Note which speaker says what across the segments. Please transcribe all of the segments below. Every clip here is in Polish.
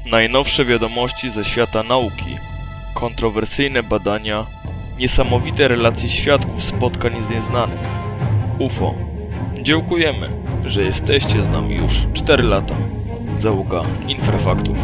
Speaker 1: Najnowsze wiadomości ze świata nauki, kontrowersyjne badania, niesamowite relacje świadków spotkań z nieznanym. UFO. Dziękujemy, że jesteście z nami już 4 lata. Załoga Infrafaktów.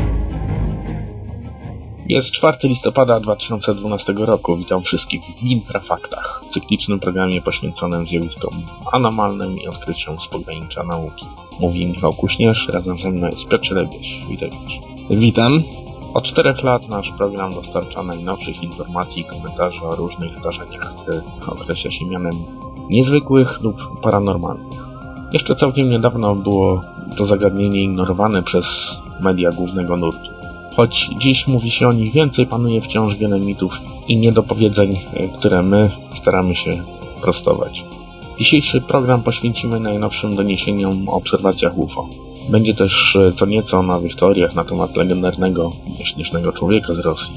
Speaker 2: Jest 4 listopada 2012 roku. Witam wszystkich w Infrafaktach, cyklicznym programie poświęconym zjawiskom anomalnym i odkryciom z pogranicza nauki. Mówi Michał Kuśnierz, razem ze mną jest Piotr Lebieś. Witaj, Piotr.
Speaker 3: Witam.
Speaker 2: Od 4 lat nasz program dostarcza najnowszych informacji i komentarzy o różnych zdarzeniach, które określa się mianem niezwykłych lub paranormalnych. Jeszcze całkiem niedawno było to zagadnienie ignorowane przez media głównego nurtu. Choć dziś mówi się o nich więcej, panuje wciąż wiele mitów i niedopowiedzeń, które my staramy się prostować. Dzisiejszy program poświęcimy najnowszym doniesieniom o obserwacjach UFO. Będzie też co nieco o nowych teoriach na temat legendarnego, śnieżnego człowieka z Rosji.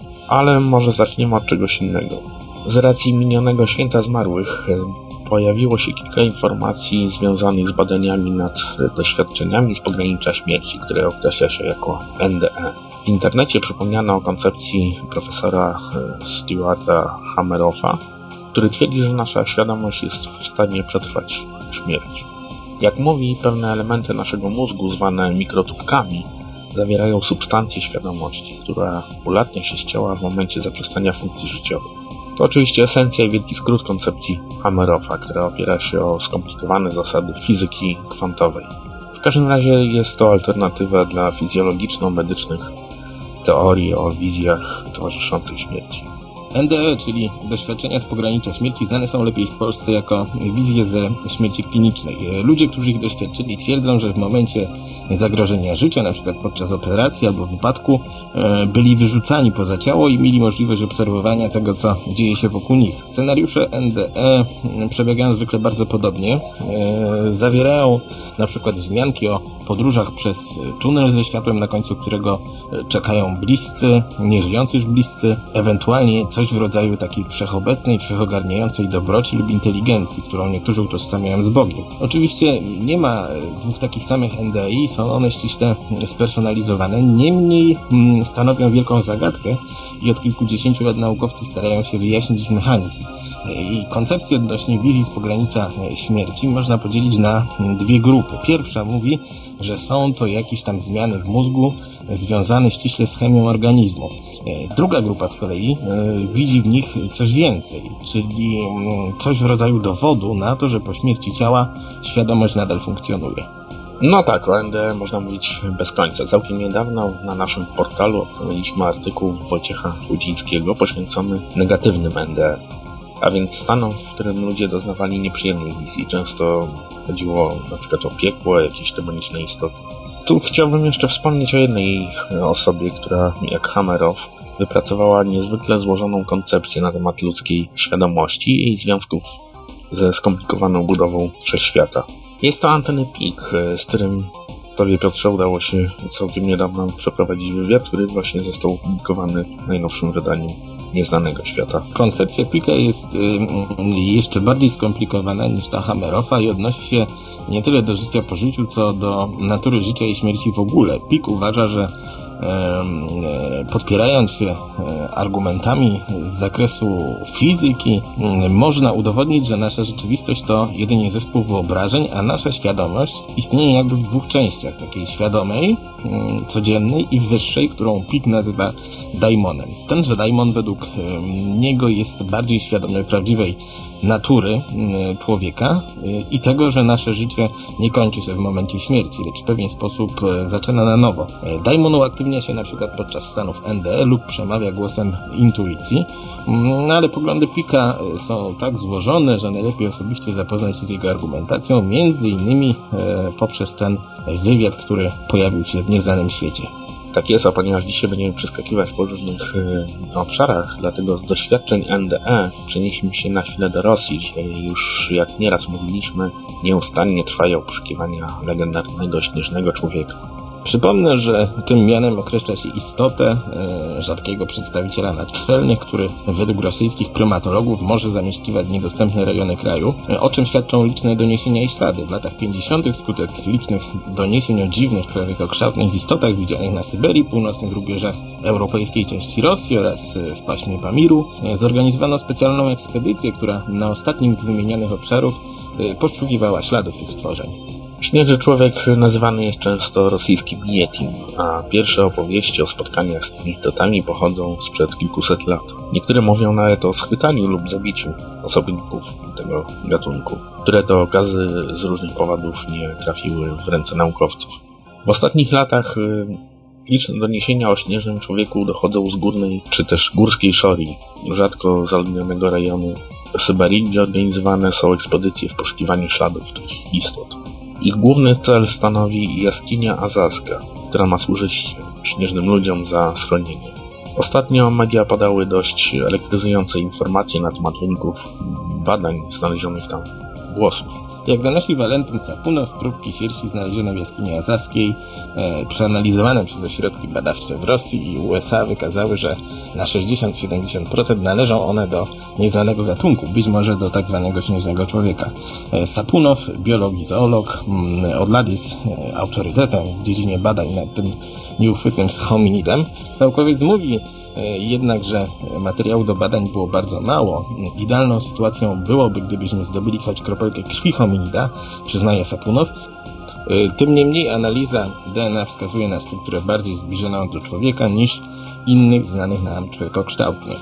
Speaker 2: Ale może zaczniemy od czegoś innego. Z racji minionego Święta Zmarłych pojawiło się kilka informacji związanych z badaniami nad doświadczeniami z pogranicza śmierci, które określa się jako NDE. W internecie przypomniano o koncepcji profesora Stuarta Hameroffa, który twierdzi, że nasza świadomość jest w stanie przetrwać śmierć. Jak mówi, pewne elementy naszego mózgu, zwane mikrotubkami, zawierają substancję świadomości, która ulatnia się z ciała w momencie zaprzestania funkcji życiowych. To oczywiście esencja i wielki skrót koncepcji Hameroffa, która opiera się o skomplikowane zasady fizyki kwantowej. W każdym razie jest to alternatywa dla fizjologiczno-medycznych teorii o wizjach towarzyszących śmierci.
Speaker 3: NDE, czyli doświadczenia z pogranicza śmierci, znane są lepiej w Polsce jako wizje ze śmierci klinicznej. Ludzie, którzy ich doświadczyli, twierdzą, że w momencie zagrożenia życia, na przykład podczas operacji albo wypadku, byli wyrzucani poza ciało i mieli możliwość obserwowania tego, co dzieje się wokół nich. Scenariusze NDE przebiegają zwykle bardzo podobnie. Zawierają na przykład wzmianki o podróżach przez tunel ze światłem, na końcu którego czekają bliscy, nieżyjący już bliscy, ewentualnie coś w rodzaju takiej wszechobecnej, wszechogarniającej dobroci lub inteligencji, którą niektórzy utożsamiają z Bogiem. Oczywiście nie ma dwóch takich samych NDI, są one ściśle spersonalizowane, niemniej stanowią wielką zagadkę i od kilkudziesięciu lat naukowcy starają się wyjaśnić ich mechanizm. I koncepcję odnośnie wizji z pogranicza śmierci można podzielić na 2 grupy. Pierwsza mówi, że są to jakieś tam zmiany w mózgu związane ściśle z chemią organizmu. Druga grupa z kolei widzi w nich coś więcej, czyli coś w rodzaju dowodu na to, że po śmierci ciała świadomość nadal funkcjonuje.
Speaker 2: No tak, o NDE można mówić bez końca. Całkiem niedawno na naszym portalu odkryliśmy artykuł Wojciecha Chłudzińskiego poświęcony negatywnym NDE. A więc stanom, w którym ludzie doznawali nieprzyjemnych wizji. Często chodziło na przykład o piekło, jakieś demoniczne istoty. Tu chciałbym jeszcze wspomnieć o jednej osobie, która, jak Hameroff, wypracowała niezwykle złożoną koncepcję na temat ludzkiej świadomości i jej związków ze skomplikowaną budową wszechświata. Jest to Antony Picke, z którym Tobie, Piotrze, udało się całkiem niedawno przeprowadzić wywiad, który właśnie został opublikowany w najnowszym wydaniu Nieznanego Świata.
Speaker 3: Koncepcja Picka jest jeszcze bardziej skomplikowana niż ta Hameroffa i odnosi się nie tyle do życia po życiu, co do natury życia i śmierci w ogóle. Pick uważa, że podpierając się argumentami z zakresu fizyki, można udowodnić, że nasza rzeczywistość to jedynie zespół wyobrażeń, a nasza świadomość istnieje jakby w 2 częściach, takiej świadomej, codziennej i wyższej, którą Pick nazywa daimonem. Tenże daimon według niego jest bardziej świadomy prawdziwej natury człowieka i tego, że nasze życie nie kończy się w momencie śmierci, lecz w pewien sposób zaczyna na nowo. Daimon uaktywnia się na przykład podczas stanów NDE lub przemawia głosem intuicji, no ale poglądy Picka są tak złożone, że najlepiej osobiście zapoznać się z jego argumentacją, między innymi poprzez ten wywiad, który pojawił się w Nieznanym Świecie.
Speaker 2: Tak jest, a ponieważ dzisiaj będziemy przeskakiwać po różnych obszarach, dlatego z doświadczeń NDE przenieśmy się na chwilę do Rosji, gdzie już jak nieraz mówiliśmy, nieustannie trwają poszukiwania legendarnego śnieżnego człowieka.
Speaker 3: Przypomnę, że tym mianem określa się istotę rzadkiego przedstawiciela nadczelnych, który według rosyjskich prymatologów może zamieszkiwać niedostępne rejony kraju, o czym świadczą liczne doniesienia i ślady. W latach 50. wskutek licznych doniesień o dziwnych, człowiekokształtnych istotach widzianych na Syberii, północnych rubieżach europejskiej części Rosji oraz w paśmie Pamiru zorganizowano specjalną ekspedycję, która na ostatnim z wymienionych obszarów poszukiwała śladów tych stworzeń.
Speaker 2: Śnieży człowiek nazywany jest często rosyjskim Yetim, a pierwsze opowieści o spotkaniach z tymi istotami pochodzą sprzed kilkuset lat. Niektóre mówią nawet o schwytaniu lub zabiciu osobników tego gatunku, które to okazy z różnych powodów nie trafiły w ręce naukowców. W ostatnich latach liczne doniesienia o śnieżnym człowieku dochodzą z górnej czy też górskiej Szorii, rzadko zaludnionego rejonu Syberii, gdzie organizowane są ekspedycje w poszukiwaniu śladów tych istot. Ich główny cel stanowi jaskinia Azaska, która ma służyć śnieżnym ludziom za schronienie. Ostatnio media podały dość elektryzujące informacje na temat wyników badań znalezionych tam głosów.
Speaker 3: Jak donosi Walentyn Sapunow, próbki sierści znalezione w jaskini azaskiej, przeanalizowane przez ośrodki badawcze w Rosji i USA, wykazały, że na 60-70% należą one do nieznanego gatunku, być może do tak zwanego śnieżnego człowieka. Sapunow, biolog i zoolog, od lat jest autorytetem w dziedzinie badań nad tym nieuchwytnym hominidem. Naukowiec mówi jednak, że materiału do badań było bardzo mało. Idealną sytuacją byłoby, gdybyśmy zdobyli choć kropelkę krwi hominida, przyznaje Sapunow. Tym niemniej analiza DNA wskazuje na strukturę bardziej zbliżoną do człowieka niż innych znanych nam człowiekokształtnych.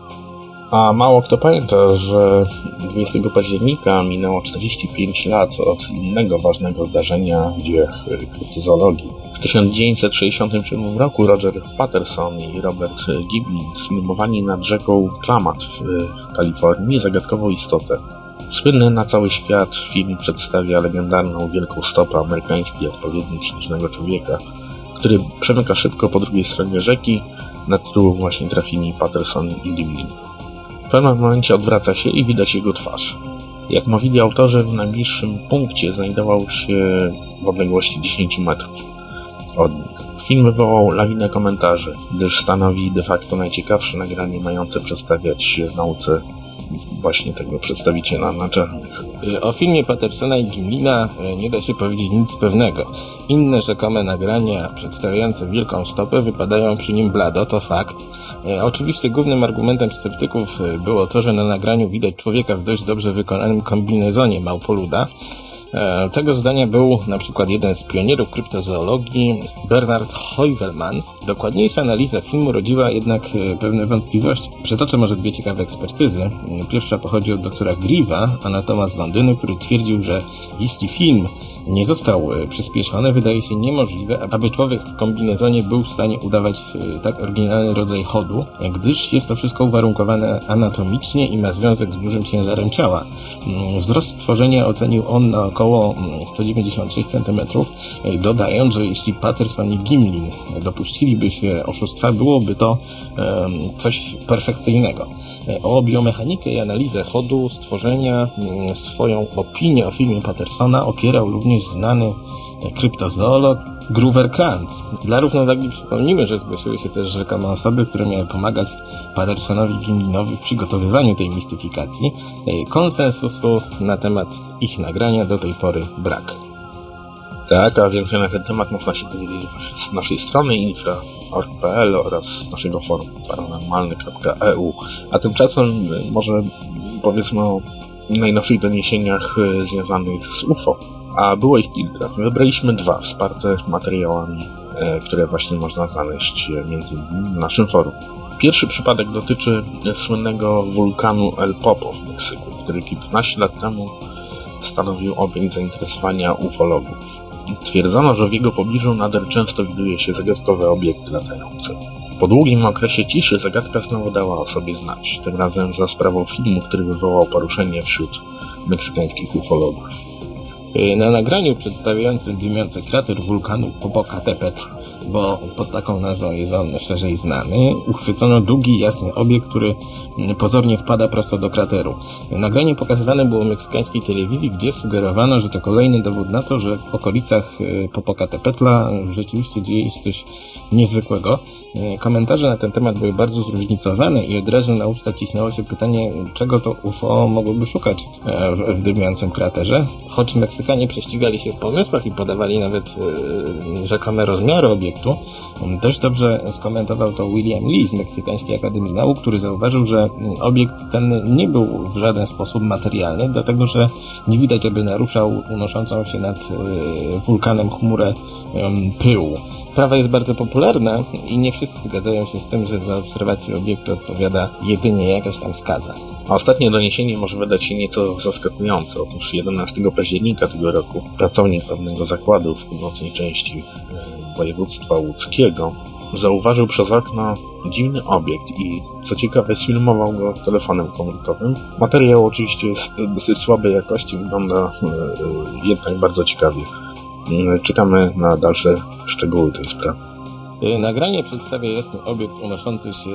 Speaker 2: A mało kto pamięta, że 20 października minęło 45 lat od innego ważnego zdarzenia w dziejach kryptozoologii. W 1967 roku Roger Patterson i Robert Giblin sfilmowali nad rzeką Klamath w Kalifornii zagadkową istotę. Słynny na cały świat film przedstawia legendarną wielką stopę, amerykański odpowiednik śnieżnego człowieka, który przemyka szybko po drugiej stronie rzeki, na którą właśnie trafili Patterson i Giblin. W pewnym momencie odwraca się i widać jego twarz. Jak mówili autorzy, w najbliższym punkcie znajdował się w odległości 10 metrów od nich. Film wywołał lawinę komentarzy, gdyż stanowi de facto najciekawsze nagranie mające przedstawiać w nauce właśnie tego przedstawiciela naczelnych.
Speaker 3: O filmie Pattersona i Gimlina nie da się powiedzieć nic pewnego. Inne rzekome nagrania przedstawiające wielką stopę wypadają przy nim blado, to fakt. Oczywiście głównym argumentem sceptyków było to, że na nagraniu widać człowieka w dość dobrze wykonanym kombinezonie małpoluda. Tego zdania był na przykład jeden z pionierów kryptozoologii, Bernard Heuvelmans. Dokładniejsza analiza filmu rodziła jednak pewne wątpliwości. Przytoczę może dwie ciekawe ekspertyzy. Pierwsza pochodzi od doktora Greave'a, anatoma z Londynu, który twierdził, że jeśli film nie został przyspieszony, wydaje się niemożliwe, aby człowiek w kombinezonie był w stanie udawać tak oryginalny rodzaj chodu, gdyż jest to wszystko uwarunkowane anatomicznie i ma związek z dużym ciężarem ciała. Wzrost stworzenia ocenił on na około 196 cm, dodając, że jeśli Patterson i Gimlin dopuściliby się oszustwa, byłoby to coś perfekcyjnego. O biomechanikę i analizę chodu stworzenia swoją opinię o filmie Pattersona opierał również znany kryptozoolog Grover Krantz. Dla równowagi przypomnijmy, że zgłosiły się też rzekome osoby, które miały pomagać Pattersonowi i Gimlinowi w przygotowywaniu tej mistyfikacji. Konsensusu na temat ich nagrania do tej pory brak.
Speaker 2: Tak, a więcej na ten temat można się dowiedzieć z naszej strony infra.org.pl oraz naszego forum paranormalny.eu. A tymczasem może powiedzmy o najnowszych doniesieniach związanych z UFO. A było ich kilka. Wybraliśmy dwa, wsparte materiałami, które właśnie można znaleźć między innymi na naszym forum. Pierwszy przypadek dotyczy słynnego wulkanu El Popo w Meksyku, który kilkanaście lat temu stanowił obiekt zainteresowania ufologów. Twierdzono, że w jego pobliżu nader często widuje się zagadkowe obiekty latające. Po długim okresie ciszy zagadka znowu dała o sobie znać, tym razem za sprawą filmu, który wywołał poruszenie wśród meksykańskich ufologów.
Speaker 3: Na nagraniu przedstawiającym dymiący krater wulkanu Popocatépetl bo pod taką nazwą jest on szerzej znany, uchwycono długi, jasny obiekt, który pozornie wpada prosto do krateru. Nagranie pokazywane było w meksykańskiej telewizji, gdzie sugerowano, że to kolejny dowód na to, że w okolicach Popocatépetla rzeczywiście dzieje się coś niezwykłego. Komentarze na ten temat były bardzo zróżnicowane i od razu na usta cisnęło się pytanie, czego to UFO mogłoby szukać w dymiącym kraterze. Choć Meksykanie prześcigali się w pomysłach i podawali nawet rzekome rozmiary obiektu, dość dobrze skomentował to William Lee z Meksykańskiej Akademii Nauk, który zauważył, że obiekt ten nie był w żaden sposób materialny, dlatego że nie widać, aby naruszał unoszącą się nad wulkanem chmurę pyłu. Sprawa jest bardzo popularna i nie wszyscy zgadzają się z tym, że za obserwację obiektu odpowiada jedynie jakaś tam skaza.
Speaker 2: A ostatnie doniesienie może wydać się nieco zaskakujące. Otóż 11 października tego roku pracownik pewnego zakładu w północnej części województwa łódzkiego zauważył przez okno dziwny obiekt i co ciekawe sfilmował go telefonem komórkowym. Materiał oczywiście jest dosyć słabej jakości, wygląda jednak bardzo ciekawie. Czekamy na dalsze szczegóły tej sprawy.
Speaker 3: Nagranie przedstawia jasny obiekt unoszący się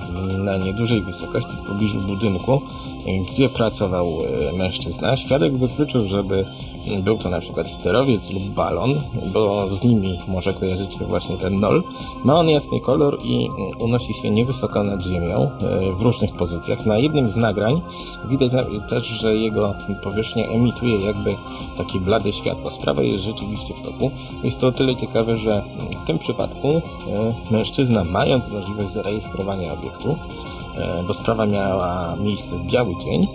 Speaker 3: na niedużej wysokości w pobliżu budynku, gdzie pracował mężczyzna. Świadek wykluczył, żeby był to na przykład sterowiec lub balon, bo z nimi może kojarzyć się właśnie ten nol. Ma on jasny kolor i unosi się niewysoko nad ziemią w różnych pozycjach. Na jednym z nagrań widać też, że jego powierzchnia emituje jakby takie blade światło. Sprawa jest rzeczywiście w toku. Jest to o tyle ciekawe, że w tym przypadku mężczyzna, mając możliwość zarejestrowania obiektu, bo sprawa miała miejsce w biały dzień,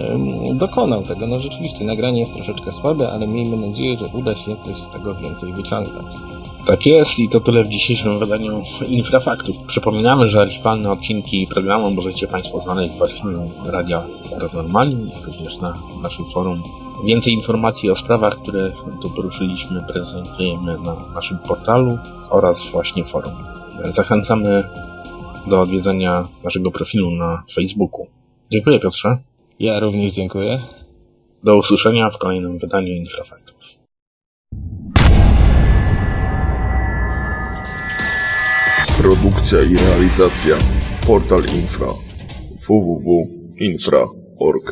Speaker 3: dokonał tego. No rzeczywiście nagranie jest troszeczkę słabe, ale miejmy nadzieję, że uda się coś z tego więcej wyciągnąć.
Speaker 2: Tak jest i to tyle w dzisiejszym wydaniu Infrafaktów. Przypominamy, że archiwalne odcinki programu możecie Państwo znaleźć w archiwum Radia Paranormalium, również na naszym forum. Więcej informacji o sprawach, które tu poruszyliśmy, prezentujemy na naszym portalu oraz właśnie forum. Zachęcamy do odwiedzenia naszego profilu na Facebooku. Dziękuję, Piotrze.
Speaker 3: Ja również dziękuję.
Speaker 2: Do usłyszenia w kolejnym wydaniu Infrafaktów.
Speaker 4: Produkcja i realizacja Portal Infra www.infra.org